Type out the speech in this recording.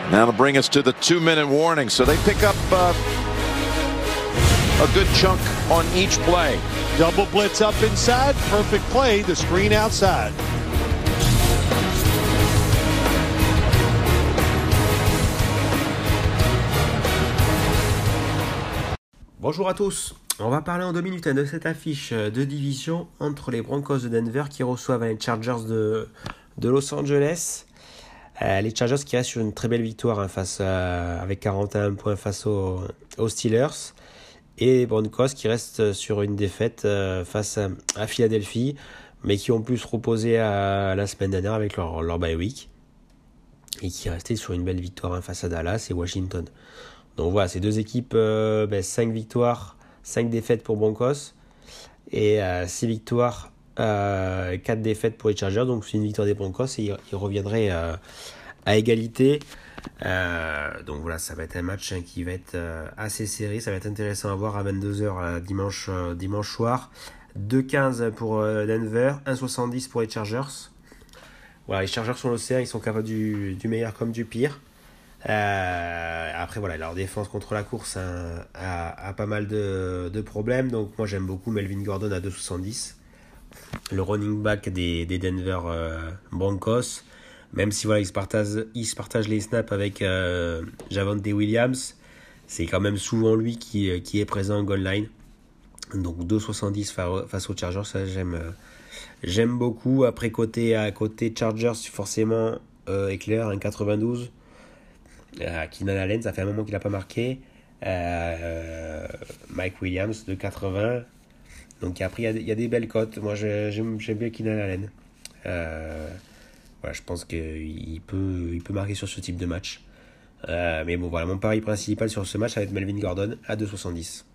Now to bring us to the 2-minute warning. So they pick up a good chunk on each play. Double blitz up inside. Perfect play. The screen outside. Bonjour à tous, on va parler en 2 minutes de cette affiche de division entre les Broncos de Denver qui reçoivent les Chargers de Los Angeles. Les Chargers qui restent sur une très belle victoire avec 41 points face aux Steelers. Et les Broncos qui restent sur une défaite face à Philadelphie, mais qui ont pu se reposer la semaine dernière avec leur bye week. Et qui restaient sur une belle victoire face à Dallas et Washington. Donc voilà, ces deux équipes, 5 victoires, 5 défaites pour Broncos et 6 victoires, 4 défaites pour les Chargers. Donc c'est une victoire des Broncos et ils reviendraient à égalité. Donc voilà, ça va être un match qui va être assez serré. Ça va être intéressant à voir à 22h dimanche soir. 2-15 pour Denver, 1-70 pour les Chargers. Voilà, les Chargers sont l'océan, ils sont capables du meilleur comme du pire. Après voilà, leur défense contre la course a pas mal de problèmes, donc moi j'aime beaucoup Melvin Gordon à 2,70, le running back des Denver Broncos, même si voilà, il se partage les snaps avec Javonte Williams, c'est quand même souvent lui qui est présent en goal line, donc 2,70 face aux Chargers, ça j'aime beaucoup. Après côté Chargers, forcément éclair 1,92. Keenan Allen, ça fait un moment qu'il n'a pas marqué. Mike Williams de 80. Donc après il y a des belles cotes. Moi j'aime bien Keenan Allen. Voilà, je pense qu'il peut marquer sur ce type de match. Mais bon voilà, mon pari principal sur ce match ça va être Melvin Gordon à 2,70.